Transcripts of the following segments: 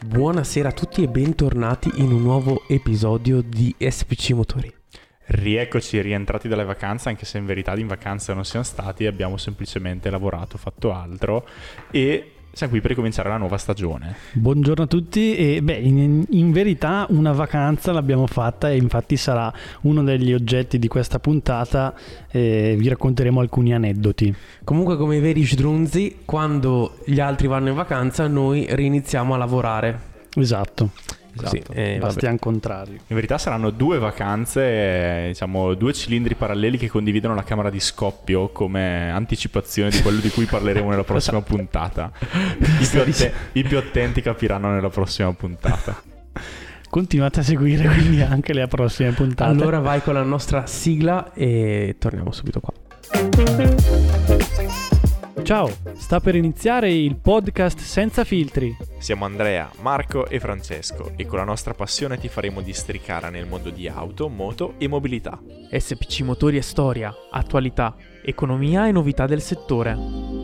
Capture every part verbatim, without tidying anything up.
Buonasera a tutti e bentornati in un nuovo episodio di S P C Motori. Rieccoci rientrati dalle vacanze, anche se in verità in vacanza non siamo stati, abbiamo semplicemente lavorato, fatto altro e siamo qui per ricominciare la nuova stagione. Buongiorno a tutti e beh, in, in verità una vacanza l'abbiamo fatta e infatti sarà uno degli oggetti di questa puntata, eh, vi racconteremo alcuni aneddoti. Comunque, come i veri strunzi, quando gli altri vanno in vacanza noi riniziamo a lavorare. Esatto. Così, Esatto. eh, Bastian contrario. In verità saranno due vacanze, eh, diciamo due cilindri paralleli che condividono la camera di scoppio come anticipazione di quello di cui parleremo nella prossima puntata. I più, atte- I più attenti capiranno nella prossima puntata. Continuate a seguire quindi anche le prossime puntate. Allora vai con la nostra sigla e torniamo subito qua. Ciao, sta per iniziare il podcast Senza Filtri. Siamo Andrea, Marco e Francesco e con la nostra passione ti faremo districare nel mondo di auto, moto e mobilità. S P C Motori è storia, attualità, economia e novità del settore.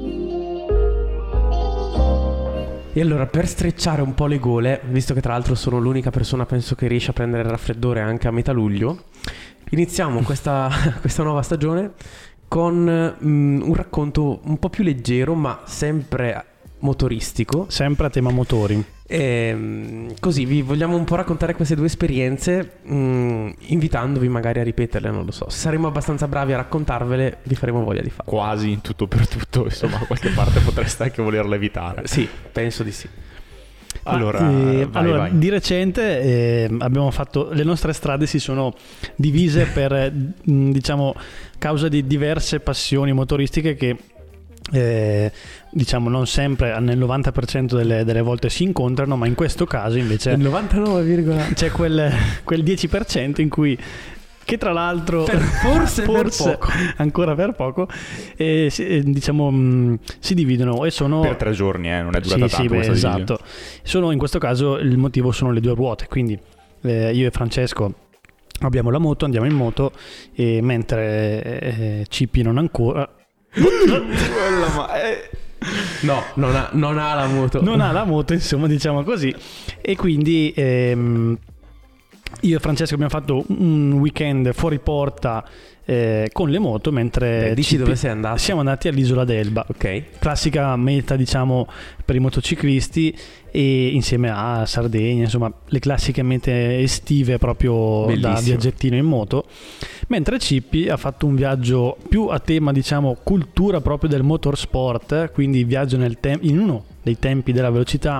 E allora, per strecciare un po' le gole, visto che tra l'altro sono l'unica persona penso che riesce a prendere il raffreddore anche a metà luglio, iniziamo questa, questa nuova stagione con um, un racconto un po' più leggero ma sempre motoristico. Sempre a tema motori. E, così vi vogliamo un po' raccontare queste due esperienze, um, invitandovi magari a ripeterle, non lo so. Se saremo abbastanza bravi a raccontarvele vi faremo voglia di farlo. Quasi in tutto per tutto, insomma, a qualche parte potreste anche volerle evitare. Sì, penso di sì. Allora, eh, vai, allora vai. di recente eh, abbiamo fatto, le nostre strade si sono divise per eh, diciamo causa di diverse passioni motoristiche che eh, diciamo non sempre nel novanta per cento delle, delle volte si incontrano, ma in questo caso invece Il novantanove, c'è quel, quel dieci per cento in cui, che tra l'altro Per- forse per poco. ancora per poco eh, si, eh, diciamo mh, si dividono e sono Per tre giorni, eh, non è durata sì, tanto sì, beh, questa video. esatto. Sono, in questo caso il motivo sono le due ruote, quindi eh, io e Francesco abbiamo la moto, andiamo in moto e mentre eh, Cippi non ancora Quella, ma è... No, non ha, non ha la moto. non ha la moto, insomma, diciamo così, e quindi ehm, io e Francesco abbiamo fatto un weekend fuori porta eh, con le moto, mentre Beh, dici Cippi- dove sei andato? siamo andati all'Isola d'Elba, Ok. classica meta diciamo per i motociclisti, e insieme a Sardegna, insomma le classiche mete estive proprio da Bellissimo. viaggettino in moto, mentre Cippi ha fatto un viaggio più a tema diciamo cultura proprio del motorsport, quindi viaggio nel tem- in uno dei tempi della velocità,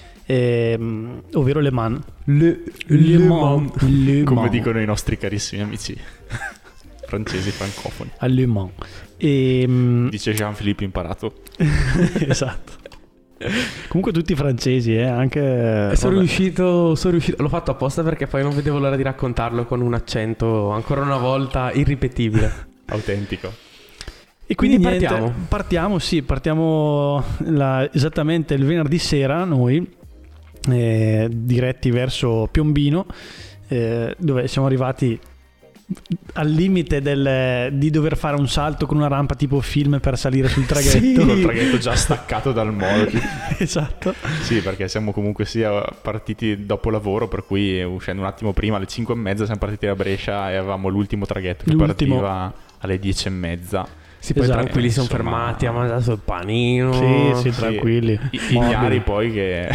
ehm, ovvero Le Mans. Le, Le Mans, Le come Mans. dicono i nostri carissimi amici francesi francofoni. A Le Mans. E, Dice Jean-Philippe imparato. esatto. Comunque tutti francesi, eh, anche sono vabbè. riuscito, sono riuscito. L'ho fatto apposta perché poi non vedevo l'ora di raccontarlo con un accento ancora una volta irripetibile. Autentico. E quindi, Quindi niente, partiamo. partiamo, sì, partiamo la- esattamente il venerdì sera noi, eh, diretti verso Piombino, eh, dove siamo arrivati al limite del, di dover fare un salto con una rampa tipo film per salire sul traghetto. Sì. Col traghetto già staccato dal molo. Esatto. Sì, perché siamo comunque sia partiti dopo lavoro, per cui uscendo un attimo prima, alle cinque e mezza siamo partiti da Brescia e avevamo l'ultimo traghetto che L'ultimo. partiva alle dieci e mezza. Sì, poi Esatto. tranquilli sono Insomma, fermati, ha mangiato il panino. Sì, sì, Sì, tranquilli. i- Morbidi. Ignari poi che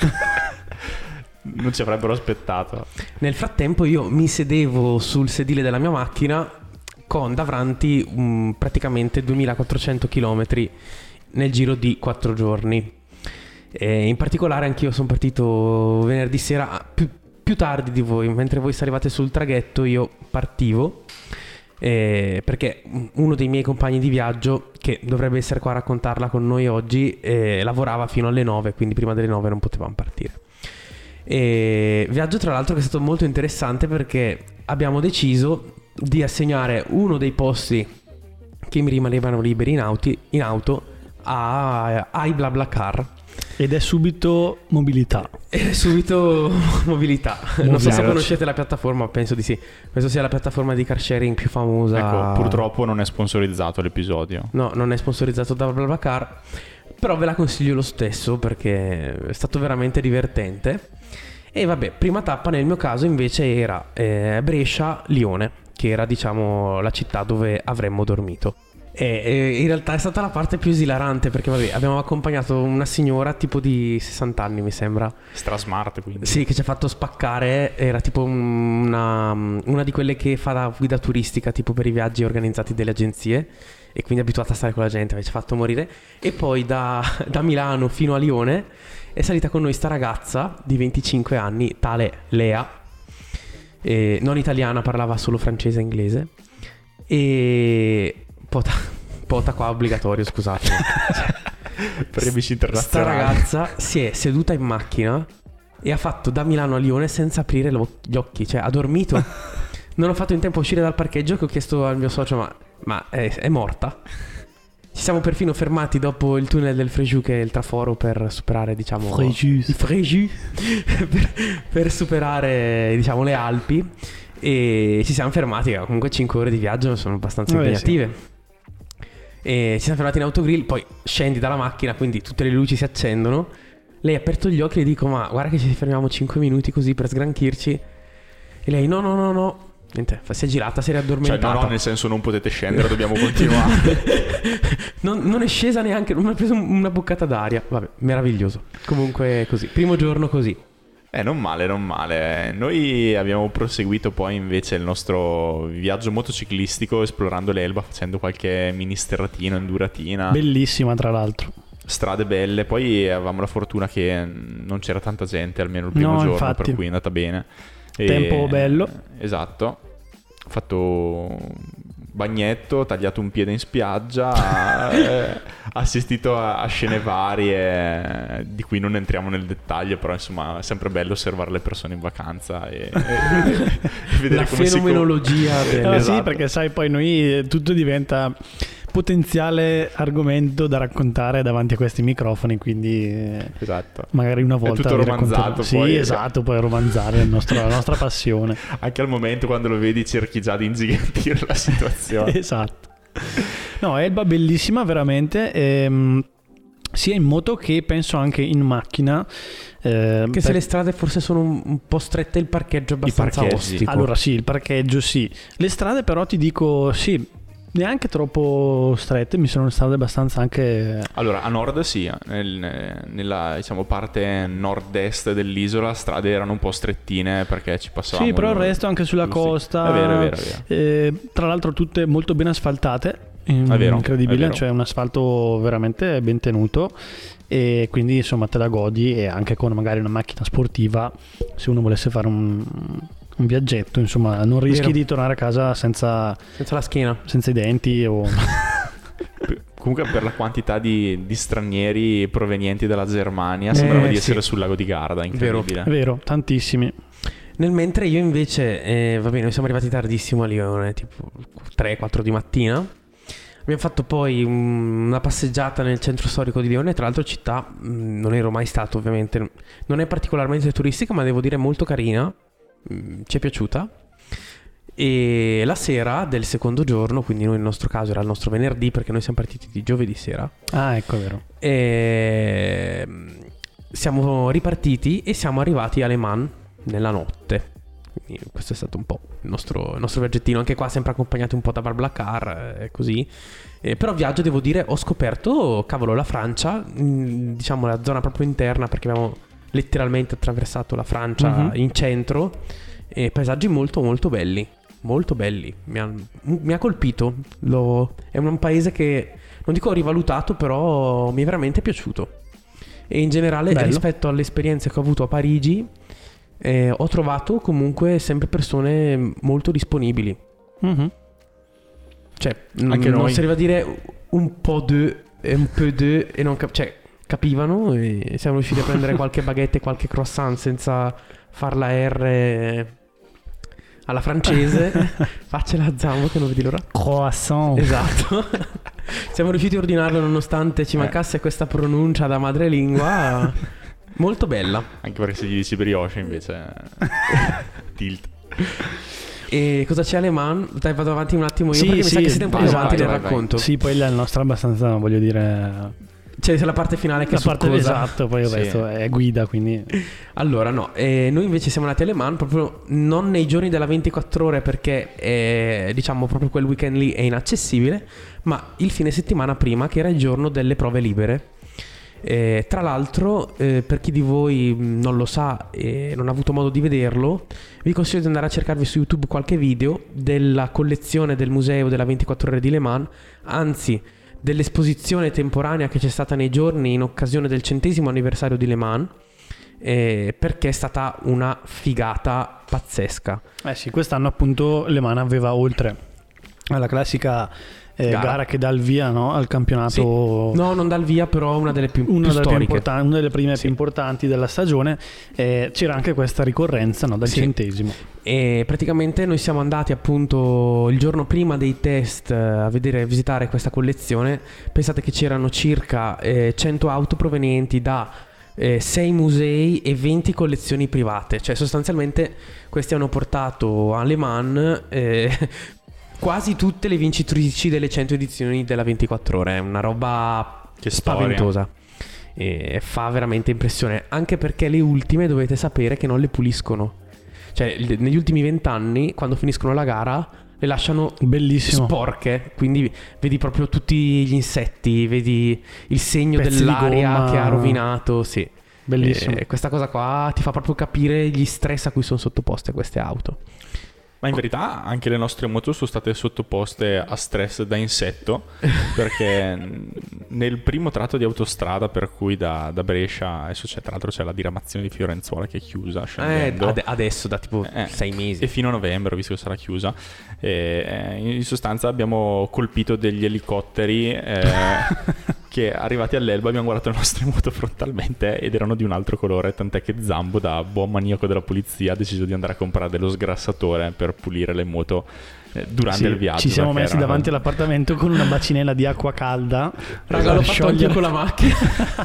non ci avrebbero aspettato. Nel frattempo io mi sedevo sul sedile della mia macchina con davanti um, praticamente duemilaquattrocento chilometri nel giro di quattro giorni. E in particolare anch'io sono partito venerdì sera più, più tardi di voi, mentre voi salivate sul traghetto io partivo, eh, perché uno dei miei compagni di viaggio, che dovrebbe essere qua a raccontarla con noi oggi, eh, lavorava fino alle nove, quindi prima delle nove non potevamo partire. E viaggio tra l'altro che è stato molto interessante perché abbiamo deciso di assegnare uno dei posti che mi rimanevano liberi in, auti, in auto a, ai BlaBlaCar. Ed è subito mobilità. E subito mobilità. Non so se Mobilità. conoscete la piattaforma, penso di sì. Penso sia la piattaforma di car sharing più famosa. Ecco, purtroppo non è sponsorizzato l'episodio. No, non è sponsorizzato da BlaBlaCar. Però ve la consiglio lo stesso perché è stato veramente divertente. E vabbè, prima tappa nel mio caso invece era eh, Brescia-Lione, che era diciamo la città dove avremmo dormito. E, e in realtà è stata la parte più esilarante perché vabbè, abbiamo accompagnato una signora tipo di sessanta anni mi sembra. Strasmart quindi. Sì, che ci ha fatto spaccare, era tipo una, una di quelle che fa la guida turistica tipo per i viaggi organizzati dalle agenzie e quindi è abituata a stare con la gente, ci ha fatto morire. E poi da, da Milano fino a Lione è salita con noi sta ragazza di venticinque anni, tale Lea, eh, non italiana, parlava solo francese e inglese. E pota, pota qua obbligatorio, scusate. Per gli amici Sta internazionali. ragazza si è seduta in macchina e ha fatto da Milano a Lione senza aprire lo- gli occhi, cioè ha dormito. Non ho fatto in tempo a uscire dal parcheggio che ho chiesto al mio socio ma, ma è, è morta? Ci siamo perfino fermati dopo il tunnel del Fréjus, che è il traforo per superare, diciamo, Fréjus. il Fréjus per, per superare, diciamo, le Alpi. E ci siamo fermati, che comunque cinque ore di viaggio sono abbastanza Vabbè, impegnative. E ci siamo fermati in autogrill, poi scendi dalla macchina, quindi tutte le luci si accendono. Lei ha aperto gli occhi e le dico ma guarda che ci fermiamo cinque minuti così per sgranchirci. E lei no no no no. Niente, si è girata, si è Cioè riaddormentata. no, no, nel senso non potete scendere, dobbiamo continuare. non, non è scesa neanche, non ha preso una boccata d'aria. Vabbè, meraviglioso. Comunque così, primo giorno così. Eh, non male, non male. Noi abbiamo proseguito poi invece il nostro viaggio motociclistico esplorando l'Elba, facendo qualche mini sterratino, enduratina. Bellissima tra l'altro. Strade belle. Poi avevamo la fortuna che non c'era tanta gente, almeno il primo No, giorno, infatti. per cui è andata bene. E- Tempo bello. Esatto. Ho fatto bagnetto, tagliato un piede in spiaggia, eh, assistito a, a scene varie eh, di cui non entriamo nel dettaglio, però insomma è sempre bello osservare le persone in vacanza e, e- e vedere La come si com- fenomenologia del... Eh, Esatto. Sì, perché sai, poi noi eh, tutto diventa potenziale argomento da raccontare davanti a questi microfoni, quindi eh, Esatto. magari una volta tutto vi racconteremo- romanzato Sì, poi. esatto, poi romanzare il nostro- la nostra passione. Anche al momento quando lo vedi cerchi già di ingigantire la situazione. Esatto. No, Elba bellissima veramente, ehm, sia in moto che penso anche in macchina. ehm, Che se per- le strade forse sono un, un po' strette, il parcheggio è abbastanza parcheggi. ostico. Allora sì, il parcheggio sì. Le strade però ti dico sì, neanche troppo strette, mi sono state abbastanza anche... Allora, a nord sì, nel- nella diciamo parte nord-est dell'isola strade erano un po' strettine perché ci passavamo. Sì, però il resto anche sulla Sì. costa. È vero, è vero, è vero. eh, tra l'altro tutte molto ben asfaltate. mm, È vero, incredibile, è vero. cioè un asfalto veramente ben tenuto e quindi insomma te la godi, e anche con magari una macchina sportiva, se uno volesse fare un, un viaggetto, insomma non rischi Vero. di tornare a casa senza, Senza la schiena. senza i denti o... Comunque per la quantità di, di stranieri provenienti dalla Germania sembrava Eh, di sì. essere sul lago di Garda, incredibile. È vero, tantissimi. Nel mentre io invece, eh, va bene, noi siamo arrivati tardissimo a Lione, tipo tre quattro di mattina. Abbiamo fatto poi un- una passeggiata nel centro storico di Lione, tra l'altro città, mh, non ero mai stato ovviamente, non è particolarmente turistica ma devo dire molto carina, mh, ci è piaciuta. E la sera del secondo giorno, quindi noi nel nostro caso era il nostro venerdì perché noi siamo partiti di giovedì sera, Ah, ecco, è vero. e siamo ripartiti e siamo arrivati a Le Mans nella notte. Quindi questo è stato un po' il nostro, il nostro viaggettino, anche qua sempre accompagnati un po' da BlaBlaCar e così. Eh, però viaggio, devo dire, ho scoperto, cavolo, la Francia, mh, diciamo la zona proprio interna, perché abbiamo letteralmente attraversato la Francia Mhm. in centro, e paesaggi molto molto belli, molto belli. Mi ha, mi ha colpito. Lo- è un paese che non dico ho rivalutato, però mi è veramente piaciuto. E in generale, Bello. rispetto alle esperienze che ho avuto a Parigi, eh, ho trovato comunque sempre persone molto disponibili. Mhm. Cioè, n- Anche non noi. serviva a dire un po' de e un peu de e non cap- cioè, capivano, e siamo riusciti a prendere qualche baguette e qualche croissant senza far la R alla francese. Faccela a Zambo che non vedi l'ora. Croissant. Esatto. Siamo riusciti a ordinarlo nonostante ci Eh. mancasse questa pronuncia da madrelingua. Molto bella. Anche perché se gli dici brioche invece tilt. E cosa c'è a Le Mans? Dai, vado avanti un attimo io Sì, perché mi sa sì, che siete un po' vai, più avanti vai, nel vai, vai. racconto. Sì, poi la nostra abbastanza, voglio dire... C'è la parte finale che La parte succosa. esatto, poi il Sì. resto è guida, quindi Allora no, eh, noi invece siamo andati alle Le Mans proprio non nei giorni della ventiquattro ore, perché eh, diciamo proprio quel weekend lì è inaccessibile, ma il fine settimana prima, che era il giorno delle prove libere. Eh, tra l'altro, eh, per chi di voi non lo sa e non ha avuto modo di vederlo, vi consiglio di andare a cercarvi su YouTube qualche video della collezione del museo della ventiquattro ore di Le Mans, anzi dell'esposizione temporanea che c'è stata nei giorni in occasione del centesimo anniversario di Le Mans, eh, perché è stata una figata pazzesca. eh sì, quest'anno appunto Le Mans aveva, oltre alla classica eh, Gara. gara che dà il via, no, al campionato, Sì. No, non dal via, però una delle più, una più delle, più storiche. importan- una delle prime Sì. più importanti della stagione, eh, c'era anche questa ricorrenza, no, del Sì. centesimo. E praticamente noi siamo andati appunto il giorno prima dei test eh, a vedere, a visitare questa collezione. Pensate che c'erano circa eh, cento auto provenienti da eh, sei musei e venti collezioni private. Cioè sostanzialmente questi hanno portato a Le Mans eh, quasi tutte le vincitrici delle cento edizioni della ventiquattro ore. È una roba Che storia. spaventosa. E fa veramente impressione, anche perché le ultime dovete sapere che non le puliscono. Cioè il- negli ultimi vent'anni, quando finiscono la gara, le lasciano Bellissimo. sporche, quindi vedi proprio tutti gli insetti, vedi il segno Pezzi di dell'aria gomma. che ha rovinato. Sì. Bellissimo. E questa cosa qua ti fa proprio capire gli stress a cui sono sottoposte queste auto. Ma in verità anche le nostre moto sono state sottoposte a stress da insetto, perché nel primo tratto di autostrada, per cui da, da Brescia, adesso c'è, tra l'altro c'è la diramazione di Fiorenzuola che è chiusa Eh, scendendo. ade- adesso da tipo Eh, sei mesi. E fino a novembre, ho visto che sarà chiusa. E, eh, in sostanza abbiamo colpito degli elicotteri eh, che, arrivati all'Elba, abbiamo guardato le nostre moto frontalmente ed erano di un altro colore, tant'è che Zambo, da buon maniaco della polizia, ha deciso di andare a comprare dello sgrassatore per pulire le moto eh, durante Sì, il viaggio. ci siamo perché messi erano- davanti all'appartamento con una bacinella di acqua calda Raga, per l'ho fatto anche sciogliere, con la macchina.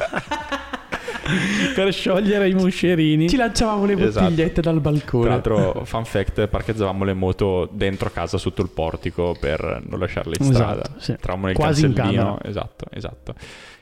per sciogliere i moscerini. Ci lanciavamo le Esatto. bottigliette dal balcone. Tra l'altro, fun fact, parcheggiavamo le moto dentro casa sotto il portico per non lasciarle in strada. Esatto, sì. Entravamo nel Quasi in cancellino. camera. Esatto, esatto.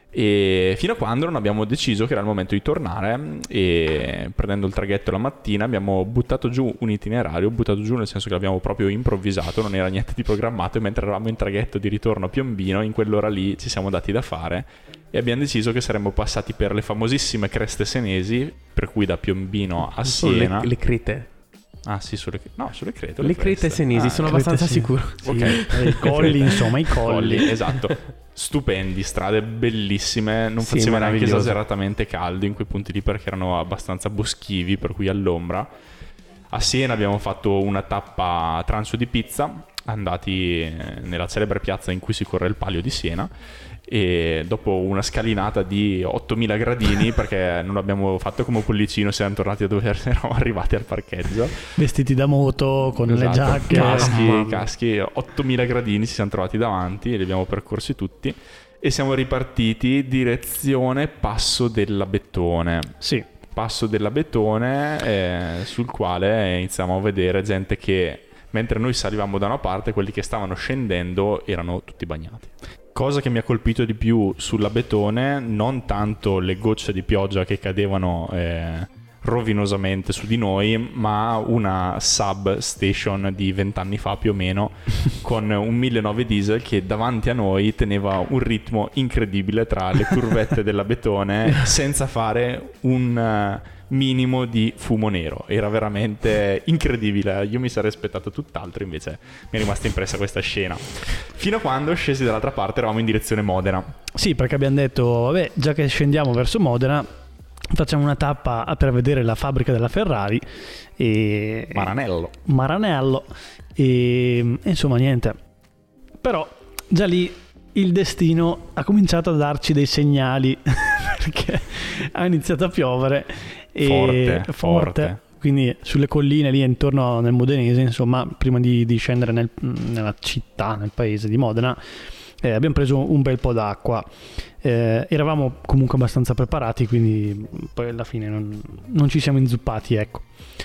E fino a quando non abbiamo deciso che era il momento di tornare, e prendendo il traghetto la mattina abbiamo buttato giù un itinerario, buttato giù nel senso che l'abbiamo proprio improvvisato, non era niente di programmato, e mentre eravamo in traghetto di ritorno a Piombino, in quell'ora lì ci siamo dati da fare e abbiamo deciso che saremmo passati per le famosissime creste senesi, per cui da Piombino a Sono Siena. le, le crete. Ah sì, sulle, no, sulle crete. Le crete senesi, Ah, sono crete abbastanza sì. sicuro. Sì, Ok. i colli, insomma, i colli. colli, esatto. Stupendi, strade bellissime, non Sì, faceva neanche meraviglioso. esageratamente caldo in quei punti lì perché erano abbastanza boschivi, per cui all'ombra. A Siena abbiamo fatto una tappa a trancio di pizza, andati eh, nella celebre piazza in cui si corre il Palio di Siena, e dopo una scalinata di ottomila gradini, perché non l'abbiamo fatto come Pollicino, siamo tornati a dove eravamo arrivati al parcheggio. Vestiti da moto, con le Esatto, giacche. caschi, Mamma mia. caschi, ottomila gradini ci siamo trovati davanti e li abbiamo percorsi tutti e siamo ripartiti direzione Passo della Bettone. Sì, Passo della Bettone, eh, sul quale iniziamo a vedere gente che, mentre noi salivamo da una parte, quelli che stavano scendendo erano tutti bagnati. Cosa che mi ha colpito di più sulla Betone, non tanto le gocce di pioggia che cadevano eh, rovinosamente su di noi, ma una sub station di vent'anni fa più o meno, con un mille nove diesel che davanti a noi teneva un ritmo incredibile tra le curvette della Betone senza fare un eh, minimo di fumo nero. Era veramente incredibile. Io mi sarei aspettato tutt'altro, invece mi è rimasta impressa questa scena. Fino a quando, scesi dall'altra parte, eravamo in direzione Modena. sì, perché abbiamo detto, vabbè, già che scendiamo verso Modena, facciamo una tappa per vedere la fabbrica della Ferrari e Maranello. Maranello e, e insomma niente. Però già lì il destino ha cominciato a darci dei segnali perché ha iniziato a piovere e Forte, forte. Quindi sulle colline lì intorno nel Modenese, insomma, prima di, di scendere nel- nella città, nel paese di Modena, eh, abbiamo preso un bel po' d'acqua. Eh, eravamo comunque abbastanza preparati, quindi poi alla fine non, non ci siamo inzuppati, ecco.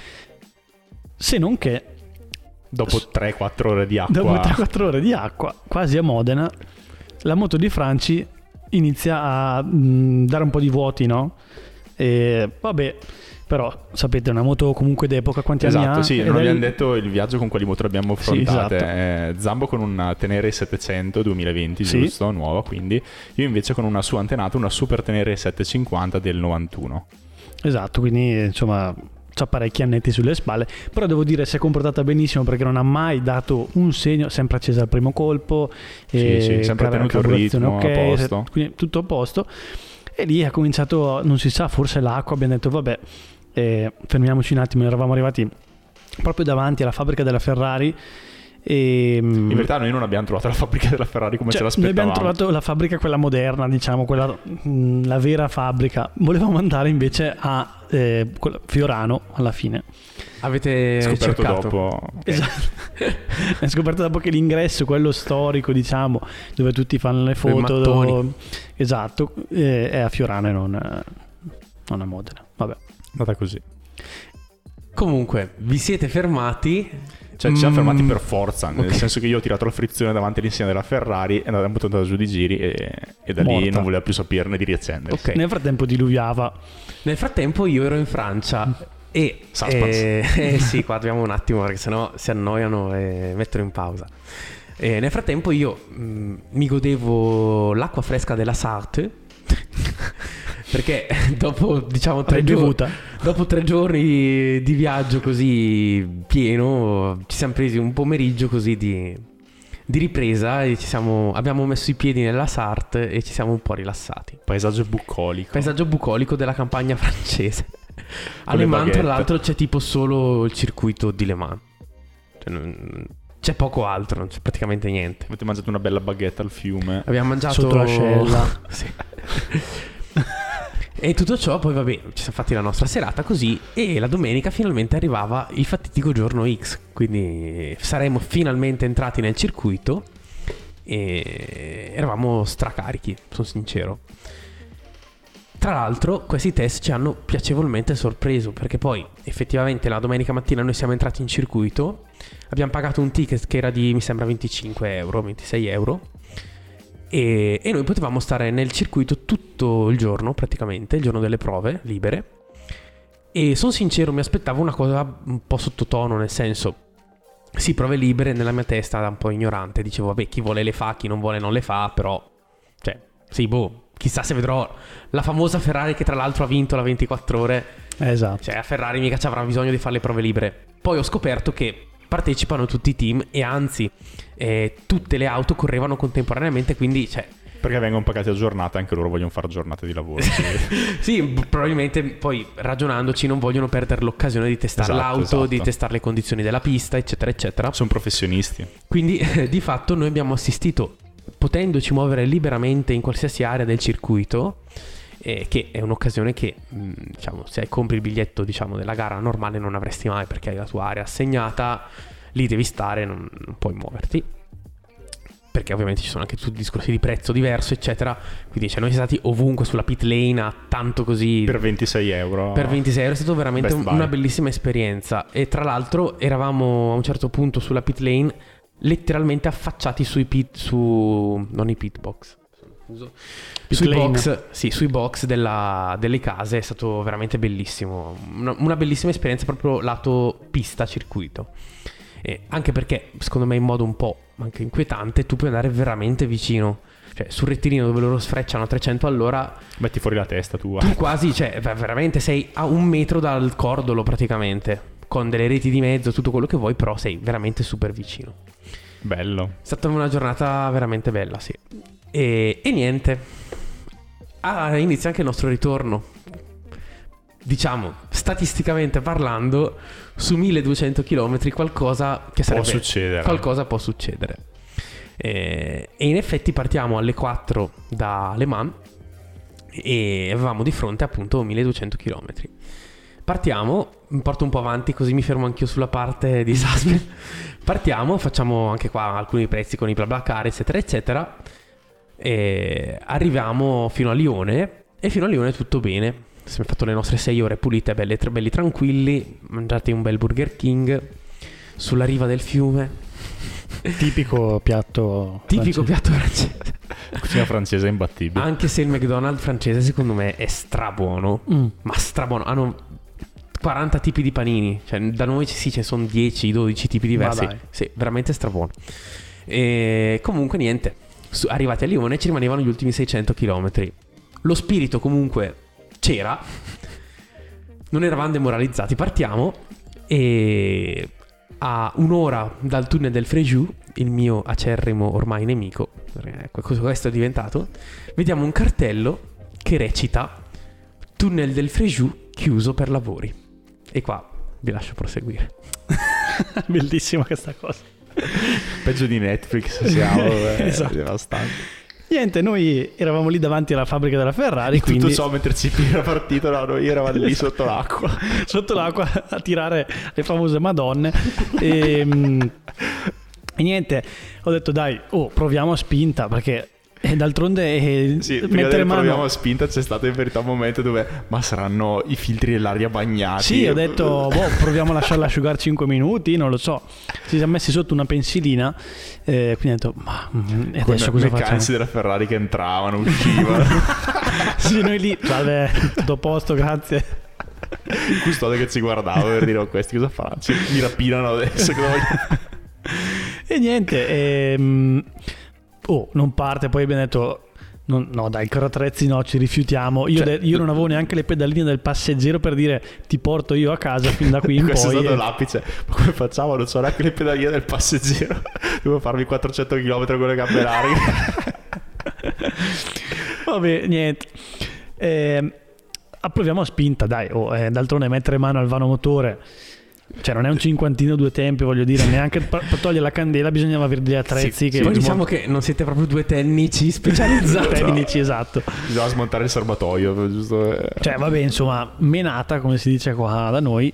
Se non che Dopo tre quattro ore di acqua. dopo tre quattro ore di acqua, quasi a Modena, la moto di Franci inizia a mh, dare un po' di vuoti, no? E vabbè, però sapete, una moto comunque d'epoca, quanti esatto, anni ha? sì, Ed non è abbiamo il- detto il viaggio con quali motori abbiamo Sì, affrontate. esatto. Eh, Zambo con una Tenere settecento duemilaventi, Sì. giusto, nuova, quindi io invece con una sua antenata, una Super Tenere settecentocinquanta del novantuno. Esatto, quindi insomma c'ha parecchi annetti sulle spalle, però devo dire si è comportata benissimo perché non ha mai dato un segno, sempre accesa al primo colpo, Sì, e sì, sempre car- tenuto il carburazione ritmo, a posto. quindi tutto a posto. E lì ha cominciato, non si sa, forse l'acqua, abbiamo detto vabbè, eh, fermiamoci un attimo, eravamo arrivati proprio davanti alla fabbrica della Ferrari e In verità noi non abbiamo trovato la fabbrica della Ferrari come cioè, ce noi l'aspettavamo. abbiamo trovato la fabbrica, quella moderna, diciamo, quella, mh, la vera fabbrica. Volevamo andare invece a eh, quella- Fiorano alla fine. Avete Scoperto cercato? dopo. Esatto. È scoperto dopo che l'ingresso, quello storico, diciamo, dove tutti fanno le foto, mattoni. dove- esatto, eh, è a Fiorano e non, eh, non a Modena. Vabbè. Andata così. Comunque, vi siete fermati. Cioè ci siamo Mm, fermati per forza, nel ok. senso che io ho tirato la frizione davanti all'insieme della Ferrari e abbiamo buttato giù di giri e, e da lì Morta. non voleva più saperne di riaccendersi. Ok. Nel frattempo diluviava. Nel frattempo io ero in Francia e Suspense. eh, eh, sì, qua dobbiamo un attimo perché sennò si annoiano e mettono in pausa. E nel frattempo io mh, mi godevo l'acqua fresca della Sarthe perché dopo diciamo tre L'hai giorni bevuta? dopo tre giorni di viaggio così pieno ci siamo presi un pomeriggio così di, di ripresa e ci siamo, abbiamo messo i piedi nella Sarthe e ci siamo un po' rilassati. Paesaggio bucolico. Paesaggio bucolico della campagna francese. A le Le Mans, tra baguette. l'altro, c'è tipo solo il circuito di Le Mans. Cioè, non- c'è poco altro, non c'è praticamente niente. Avete mangiato una bella baguette al fiume. Abbiamo mangiato Sotto l'ascella. Sì. E tutto ciò, poi vabbè, ci siamo fatti la nostra serata così. E la domenica finalmente arrivava il fatidico giorno X. Quindi saremmo finalmente entrati nel circuito. E eravamo stracarichi, sono sincero. Tra l'altro questi test ci hanno piacevolmente sorpreso perché poi effettivamente la domenica mattina noi siamo entrati in circuito, abbiamo pagato un ticket che era di mi sembra venticinque euro, ventisei euro e, e noi potevamo stare nel circuito tutto il giorno praticamente, il giorno delle prove libere e sono sincero mi aspettavo una cosa un po' sottotono, nel senso sì, prove libere, nella mia testa da un po' ignorante dicevo vabbè chi vuole le fa, chi non vuole non le fa, però cioè sì boh, chissà se vedrò la famosa Ferrari che tra l'altro ha vinto la ventiquattro ore. Esatto. Cioè a Ferrari mica ci avrà bisogno di fare le prove libere. Poi ho scoperto che partecipano tutti i team e anzi eh, tutte le auto correvano contemporaneamente, quindi cioè Perché vengono pagati a giornata, anche loro vogliono fare giornate di lavoro. sì, b- probabilmente poi ragionandoci non vogliono perdere l'occasione di testare Esatto, l'auto, esatto. di testare le condizioni della pista, eccetera eccetera. Sono professionisti. Quindi eh, di fatto noi abbiamo assistito, potendoci muovere liberamente in qualsiasi area del circuito, eh, che è un'occasione che mh, diciamo se compri il biglietto diciamo della gara normale non avresti mai perché hai la tua area assegnata, lì devi stare, non, non puoi muoverti perché ovviamente ci sono anche tutti discorsi di prezzo diverso eccetera, quindi cioè, noi siamo stati ovunque sulla pit lane a tanto così Per ventisei euro. per ventisei euro è stato veramente Best un- buy. una bellissima esperienza e tra l'altro eravamo a un certo punto sulla pit lane letteralmente affacciati sui pit su non i pit box sono confuso. Pit sui lane. box sì sui box della- delle case è stato veramente bellissimo una, una bellissima esperienza proprio lato pista circuito e anche perché secondo me in modo un po' anche inquietante tu puoi andare veramente vicino, cioè sul rettilineo dove loro sfrecciano a trecento all'ora Metti fuori la testa tua. tu quasi, cioè ver- veramente sei a un metro dal cordolo praticamente, con delle reti di mezzo, tutto quello che vuoi, però sei veramente super vicino. Bello. È stata una giornata veramente bella, sì. E, e niente. Ah, inizia anche il nostro ritorno. Diciamo, statisticamente parlando, su milleduecento chilometri qualcosa che Può sarebbe... succedere. Qualcosa può succedere. E, e in effetti partiamo alle quattro da Le Mans e avevamo di fronte appunto milleduecento chilometri. Partiamo, mi porto un po' avanti così mi fermo anch'io sulla parte di suspense. Partiamo, facciamo anche qua alcuni prezzi con i BlaBlaCar eccetera eccetera e arriviamo fino a Lione e fino a Lione tutto bene. Abbiamo fatto le nostre sei ore pulite, belle, belli tranquilli, mangiati un bel Burger King sulla riva del fiume. Tipico piatto Tipico francese. piatto francese. cucina francese è imbattibile. Anche se il McDonald's francese secondo me è strabuono, Mm. ma strabuono. Hanno quaranta tipi di panini, cioè da noi sì, ce ne sono dieci dodici tipi diversi. Ma dai. Sì, veramente strabuono. E comunque niente, su- arrivati a Lione ci rimanevano gli ultimi seicento chilometri. Lo spirito comunque c'era, non eravamo demoralizzati. Partiamo e a un'ora dal tunnel del Fréjus, il mio acerrimo ormai nemico, ecco, questo è diventato, vediamo un cartello che recita tunnel del Fréjus chiuso per lavori. E qua vi lascio proseguire. Bellissima questa cosa. Peggio di Netflix siamo, è Esatto. devastante. Niente, noi eravamo lì davanti alla fabbrica della Ferrari, E quindi tutto ciò mentre C P era partito, no, noi eravamo lì sotto l'acqua. sotto l'acqua a tirare le famose madonne. E, mm, e niente, ho detto dai, oh, proviamo a spinta, perché eh, d'altronde eh, Sì, prima mettere del mano... proviamo a spinta c'è stato in verità un momento dove ma saranno i filtri dell'aria bagnati. Sì, ho detto, boh, proviamo a lasciarla asciugare cinque minuti, non lo so. Ci siamo messi sotto una pensilina, eh, quindi ho detto, ma mm, e con adesso i cosa meccanici facciamo? della Ferrari che entravano, uscivano. Sì, noi lì, salve, tutto a posto, grazie. Il custode che ci guardava per dire, oh, questi cosa faranno? Ci- mi rapinano adesso. Cosa voglio... E niente, ehm, oh, non parte, poi abbiamo detto... non- no dai, carrozzi no, ci rifiutiamo. Io, Cioè, de- io non avevo neanche le pedaline del passeggero per dire ti porto io a casa fin da qui in Questo poi. è stato e- l'apice. Ma come facciamo? Non so neanche le pedaline del passeggero. Devo farmi quattrocento chilometri con le gambe larghe. Vabbè, niente. Eh, approviamo a spinta, dai. Oh, eh, d'altronde mettere mano al vano motore, cioè non è un cinquantino due tempi, voglio dire, neanche per, per togliere la candela bisognava avere degli attrezzi Sì, che poi diciamo che non siete proprio due tecnici specializzati. tecnici, esatto. Bisogna smontare il serbatoio, giusto? Eh. Cioè, vabbè, insomma, menata, come si dice qua da noi,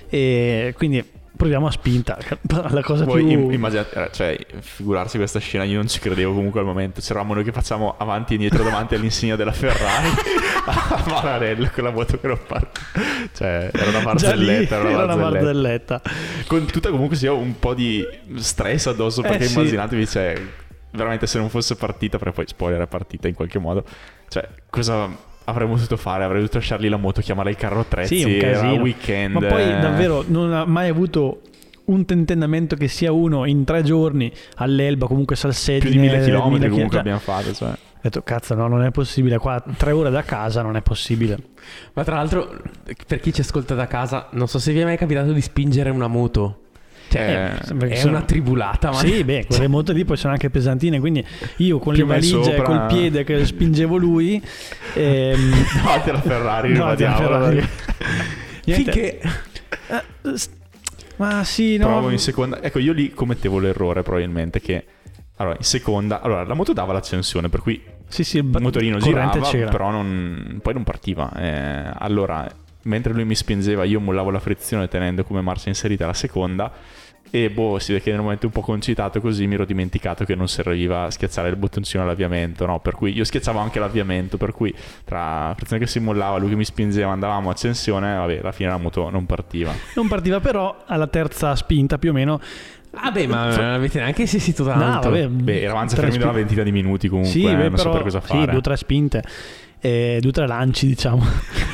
e quindi proviamo a spinta. La cosa Voi più... im- immaginate, cioè, figurarsi questa scena, io non ci credevo comunque al momento. C'eravamo noi che facciamo avanti e indietro davanti all'insegna della Ferrari a Maranello con la moto che non parte. Cioè, era una Già lì barzelletta, era una era una barzelletta. barzelletta. Con tutta comunque sia un po' di stress addosso, perché Eh, sì. immaginatevi, cioè, veramente se non fosse partita, perché poi spoiler è partita in qualche modo, cioè, cosa avremmo potuto fare? Avrei dovuto lasciargli la moto, chiamare il carro attrezzi, Sì, un era casino. weekend. Ma poi eh. davvero non ha mai avuto un tentennamento che sia uno in tre giorni all'Elba, comunque Salsedine, più di mille chilometri mille comunque cioè, abbiamo fatto, cioè. ho detto cazzo no, non è possibile, qua tre ore da casa non è possibile. Ma tra l'altro, per chi ci ascolta da casa, non so se vi è mai capitato di spingere una moto. Cioè, Eh, perché è sono- una tribulata, ma Sì, beh, quelle moto lì poi sono anche pesantine, quindi io con Più le me valigie sopra. col piede che spingevo lui ehm, davanti alla Ferrari, davanti alla ripetiamo. Ferrari. Niente. finché Eh, s- ma sì, no. Provo in seconda. Ecco, io lì commettevo l'errore probabilmente che allora in seconda, allora la moto dava l'accensione, per cui Sì, sì, il il ba- motorino corrente girava, c'era. però non, poi non partiva. Eh, allora, mentre lui mi spingeva, io mollavo la frizione tenendo come marcia inserita la seconda. E boh, si vede che nel momento un po' concitato così mi ero dimenticato che non serviva schiacciare il bottoncino all'avviamento, no? Per cui io schiacciavo anche l'avviamento, per cui tra la frizione che si mollava, lui che mi spingeva, andavamo a accensione, vabbè, alla fine la moto non partiva. Non partiva, però alla terza spinta più o meno. vabbè, ma non avete neanche assistito No, tanto. vabbè, Beh, eravamo già tre fermi da una spin- ventina di minuti comunque, Sì, eh, beh, non però, so per cosa sì, fare. due o tre spinte, eh, due o tre lanci, diciamo.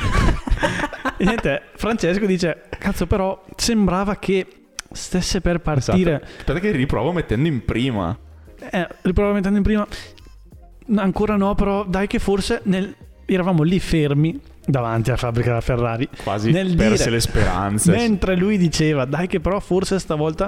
E niente, Francesco dice, cazzo, però sembrava che stesse per partire. Esatto. Aspetta che riprovo mettendo in prima. Eh, riprovo mettendo in prima. Ancora no, però dai che forse nel... eravamo lì fermi davanti alla fabbrica della Ferrari. Quasi Nel perse dire- le speranze. Mentre lui diceva, dai che però forse stavolta...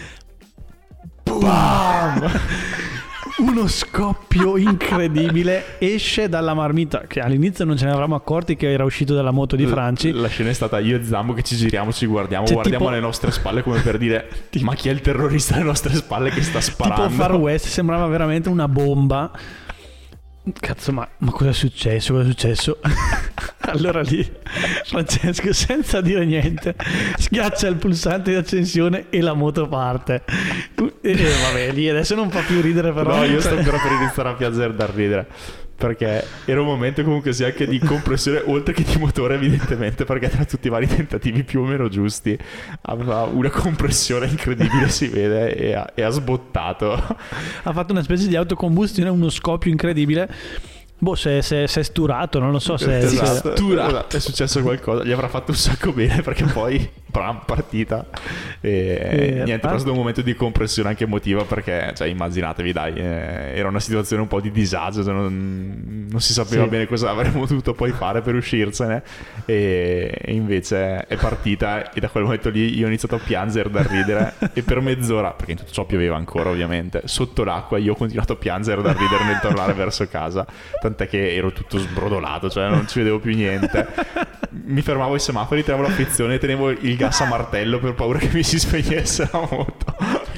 Bam! Uno scoppio incredibile esce dalla marmita, che all'inizio non ce ne eravamo accorti che era uscito dalla moto di Franci. La scena è stata io e Zambo che ci giriamo, ci guardiamo, Cioè, guardiamo tipo- alle nostre spalle come per dire ma chi è il terrorista alle nostre spalle che sta sparando? Tipo Far West, sembrava veramente una bomba. Cazzo, ma, ma cosa è successo? Cosa è successo? Allora lì Francesco, senza dire niente, schiaccia il pulsante di accensione e la moto parte. E, e vabbè, lì adesso non fa più ridere, però. No, io sto ancora per iniziare a piangere da ridere. perché era un momento comunque sia anche di compressione oltre che di motore, evidentemente, perché tra tutti i vari tentativi più o meno giusti aveva una compressione incredibile, si vede, e ha, e ha sbottato. Ha fatto una specie di autocombustione, uno scoppio incredibile. Boh, se è sturato, non lo so se esatto, è sturato. È successo qualcosa, gli avrà fatto un sacco bene, perché poi bram, partita e, e niente, è stato un momento di compressione anche emotiva, perché cioè, immaginatevi, dai, eh, era una situazione un po' di disagio, cioè non, non si sapeva sì. bene cosa avremmo dovuto poi fare per uscirsene, e, e invece è partita, e da quel momento lì io ho iniziato a piangere da ridere e per mezz'ora, perché in tutto ciò pioveva ancora ovviamente, sotto l'acqua io ho continuato a piangere da ridere nel tornare verso casa, tant'è che ero tutto sbrodolato, cioè non ci vedevo più niente. Mi fermavo ai semafori, tiravo la frizione e tenevo il gas a martello per paura che mi si spegnesse la moto.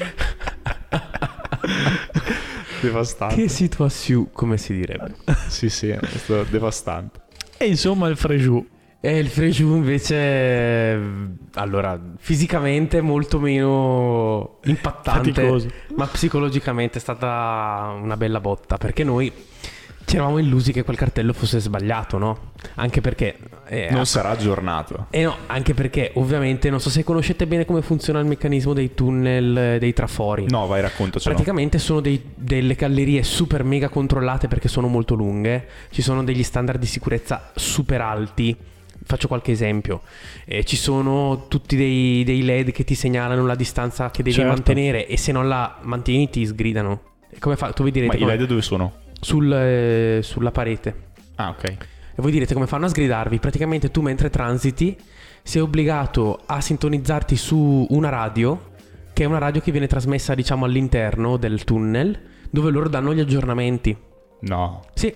Devastante. Che situation, come si direbbe. Sì, sì, è stato devastante. E insomma il Frejus. E il Frejus invece, allora, fisicamente molto meno impattante, faticoso, ma psicologicamente è stata una bella botta, perché noi ci eravamo illusi che quel cartello fosse sbagliato, no? Anche perché eh, non sarà aggiornato. E eh no, anche perché ovviamente non so se conoscete bene come funziona il meccanismo dei tunnel, dei trafori. No, vai, raccontacelo. Praticamente sono dei, delle gallerie super mega controllate perché sono molto lunghe. Ci sono degli standard di sicurezza super alti. Faccio qualche esempio. Eh, ci sono tutti dei, dei L E D che ti segnalano la distanza che devi certo. mantenere, e se non la mantieni ti sgridano. E come fa? Tu vi direte, ma come... i L E D dove sono? Sul, eh, sulla parete. Ah, ok. E voi direte come fanno a sgridarvi? Praticamente tu mentre transiti sei obbligato a sintonizzarti su una radio, che è una radio che viene trasmessa diciamo all'interno del tunnel, dove loro danno gli aggiornamenti. No. Sì.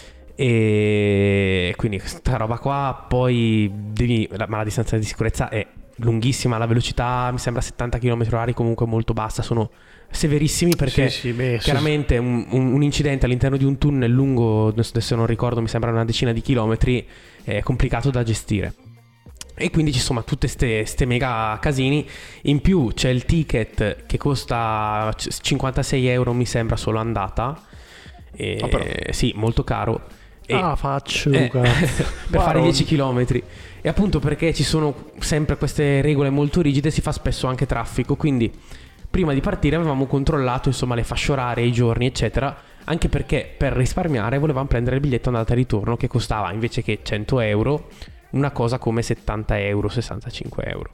E quindi questa roba qua poi devi, ma la distanza di sicurezza è lunghissima, la velocità mi sembra settanta chilometri orari, comunque molto bassa, sono severissimi perché sì, sì, beh, chiaramente sì. un, un, un incidente all'interno di un tunnel lungo, adesso non ricordo, mi sembra una decina di chilometri, è complicato da gestire. E quindi ci sono tutte ste, ste mega casini. In più c'è il ticket che costa cinquantasei euro mi sembra solo andata, e, ah, però. sì, molto caro. E, ah faccio eh, per wow. fare dieci chilometri. E appunto perché ci sono sempre queste regole molto rigide, si fa spesso anche traffico, quindi prima di partire avevamo controllato insomma le fasce orarie, i giorni eccetera, anche perché per risparmiare volevamo prendere il biglietto andata e ritorno che costava invece che cento euro una cosa come settanta euro, sessantacinque euro.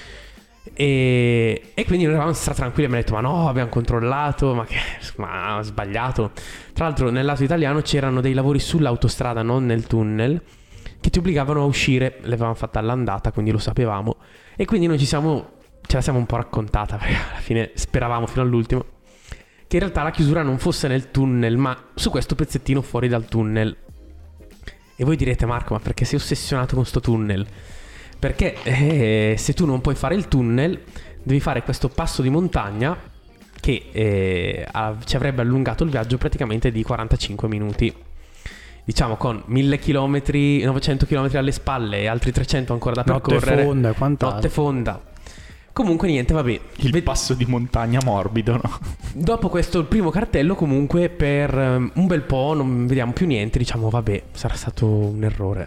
E, e quindi noi eravamo stra tranquilli, abbiamo detto ma no, abbiamo controllato, ma che ma sbagliato. Tra l'altro nel lato italiano c'erano dei lavori sull'autostrada, non nel tunnel, che ti obbligavano a uscire, l'avevamo fatta all'andata, quindi lo sapevamo, e quindi noi ci siamo ce la siamo un po' raccontata, perché alla fine speravamo fino all'ultimo che in realtà la chiusura non fosse nel tunnel, ma su questo pezzettino fuori dal tunnel. E voi direte Marco, ma perché sei ossessionato con sto tunnel? Perché eh, se tu non puoi fare il tunnel devi fare questo passo di montagna che eh, ci avrebbe allungato il viaggio praticamente di quarantacinque minuti, diciamo, con mille chilometri, novecento chilometri alle spalle e altri trecento ancora da percorrere. Notte fonda, quant'altro. Notte fonda. Comunque niente, vabbè. Il Ved- passo di montagna morbido, no? Dopo questo il primo cartello, comunque per um, un bel po' non vediamo più niente, diciamo vabbè, sarà stato un errore.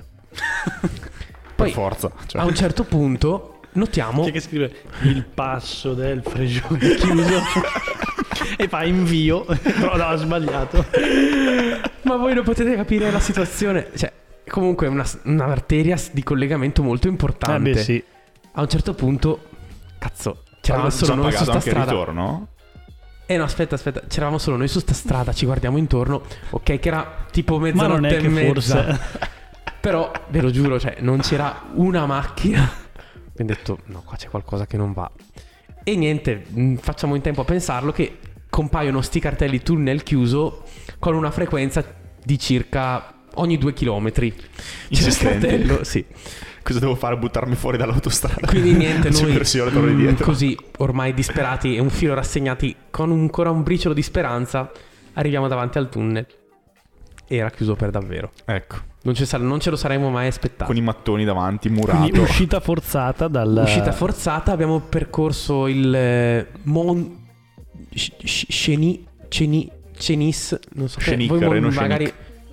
Poi per forza, cioè. A un certo punto notiamo c'è che scrive il passo del Frejus è chiuso e fa invio, però no, ha sbagliato. Ma voi non potete capire la situazione, cioè comunque una, un'arteria di collegamento molto importante. Eh beh, sì. A un certo punto cazzo, c'eravamo solo noi su sta strada. Ritorno? Eh no, aspetta, aspetta, c'eravamo solo noi su sta strada, ci guardiamo intorno, ok, che era tipo mezzanotte Ma non è e che mezza. Forse. Però ve lo giuro, cioè non c'era una macchina. Abbiamo detto no, qua c'è qualcosa che non va. E niente, facciamo in tempo a pensarlo che compaiono sti cartelli tunnel chiuso con una frequenza di circa ogni due chilometri. C'è il cartello, sì. Cosa devo fare? Buttarmi fuori dall'autostrada? Quindi niente, noi mm, così ormai disperati e un filo rassegnati, con ancora un briciolo di speranza, arriviamo davanti al tunnel. Era chiuso per davvero. Ecco. Non ce, non ce lo saremmo mai aspettato. Con i mattoni davanti, murato. Quindi uscita forzata dal... Uscita forzata, abbiamo percorso il eh, Mon... Ceni... Ceni... Cenis... Non so Scenic, voi mon... Reno magari... Scenic.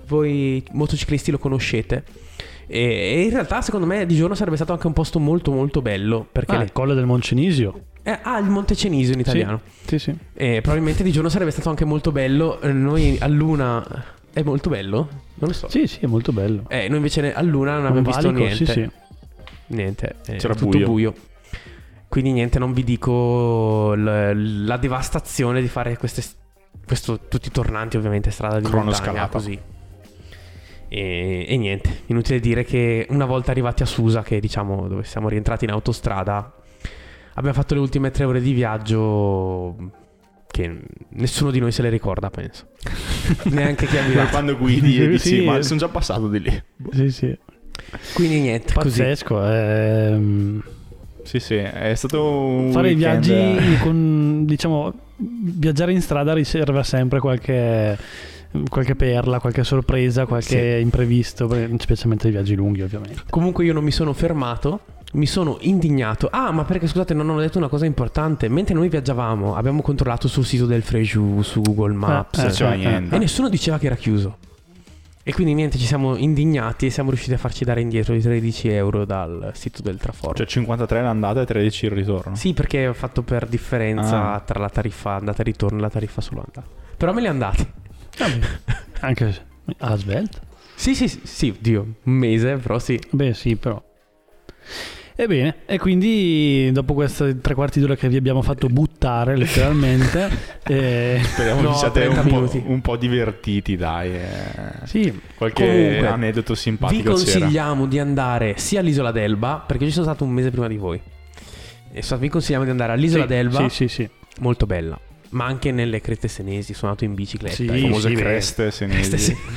voi motociclisti lo conoscete. E, e in realtà secondo me di giorno sarebbe stato anche un posto molto molto bello, perché Ah, le- il Colle del Moncenisio. eh, ah, il Monte Cenisio in italiano. Sì, sì. E probabilmente di giorno sarebbe stato anche molto bello. Eh, Noi a Luna è molto bello? Non lo so. Sì, sì, è molto bello. Eh, noi invece a Luna non Un abbiamo visto valico, niente. sì, sì. Niente, è C'era tutto buio. buio. Quindi niente, non vi dico l- la devastazione di fare queste questo tutti i tornanti, ovviamente strada di montagna Cronoscalata. così. E, e niente, inutile dire che una volta arrivati a Susa, che diciamo dove siamo rientrati in autostrada, abbiamo fatto le ultime tre ore di viaggio che nessuno di noi se le ricorda, penso. Neanche chi ha Come guidato. quando guidi e dici, Sì. ma sono già passato di lì. Sì, sì. Quindi niente, così. Pazzesco. ehm, Sì, sì, è stato un Fare i weekend- viaggi con, diciamo, viaggiare in strada riserva sempre qualche, qualche perla, qualche sorpresa, qualche imprevisto, perché- specialmente i viaggi lunghi, ovviamente. Comunque io non mi sono fermato, mi sono indignato. Ah, ma perché scusate, non ho detto una cosa importante. Mentre noi viaggiavamo, abbiamo controllato sul sito del Frejus su Google Maps Eh, Non c'era eh, niente. e nessuno diceva che era chiuso. E quindi niente, ci siamo indignati e siamo riusciti a farci dare indietro di tredici euro dal sito del traforo. Cioè cinquantatré l'andata e tredici il ritorno. Sì, perché ho fatto per differenza Ah. tra la tariffa andata e ritorno e la tariffa solo andata. Però me li andati. Anche se- alla svelta. Sì, sì, sì, sì, Dio, un mese, però sì. Beh, sì, però. Ebbene, e quindi dopo queste tre quarti d'ora che vi abbiamo fatto buttare letteralmente, eh, Speriamo No, vi siate trenta un po', minuti. un po' divertiti, dai. eh. sì, Qualche Comunque, aneddoto Vi simpatico c'era. consigliamo di andare sia all'Isola d'Elba, perché io ci sono stato un mese prima di voi. E so- vi consigliamo di andare all'Isola sì, d'Elba, sì, sì, sì. molto bella. Ma anche nelle creste senesi, sono andato in bicicletta. Sì, Le famose sì, beh. creste senesi. Queste sì.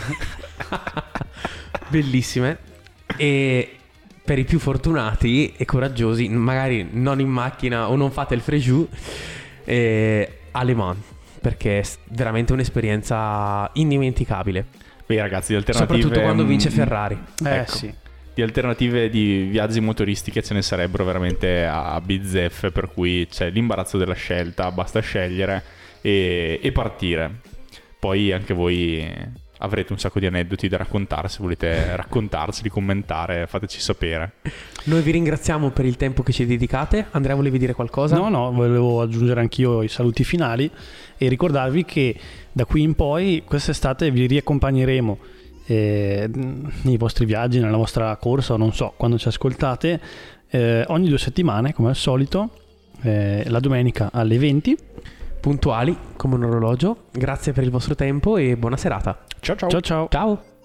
Bellissime. E per i più fortunati e coraggiosi, magari non in macchina o non fate il Frejus, eh, a Le Mans, perché è s- veramente un'esperienza indimenticabile. Beh, ragazzi, di alternative... Soprattutto quando vince mm, Ferrari. Eh, Ecco. sì. Di alternative di viaggi motoristiche ce ne sarebbero veramente a bizzeffe, per cui c'è l'imbarazzo della scelta, basta scegliere e, e partire. Poi anche voi avrete un sacco di aneddoti da raccontare, se volete raccontarseli, commentare, fateci sapere. Noi vi ringraziamo per il tempo che ci dedicate. Andrea, volevi dire qualcosa? No, no, volevo aggiungere anch'io i saluti finali e ricordarvi che da qui in poi quest'estate vi riaccompagneremo eh, nei vostri viaggi, nella vostra corsa, o non so, quando ci ascoltate, eh, ogni due settimane, come al solito, eh, la domenica alle venti. Puntuali come un orologio. Grazie per il vostro tempo e buona serata. Ciao ciao! Ciao ciao! Ciao.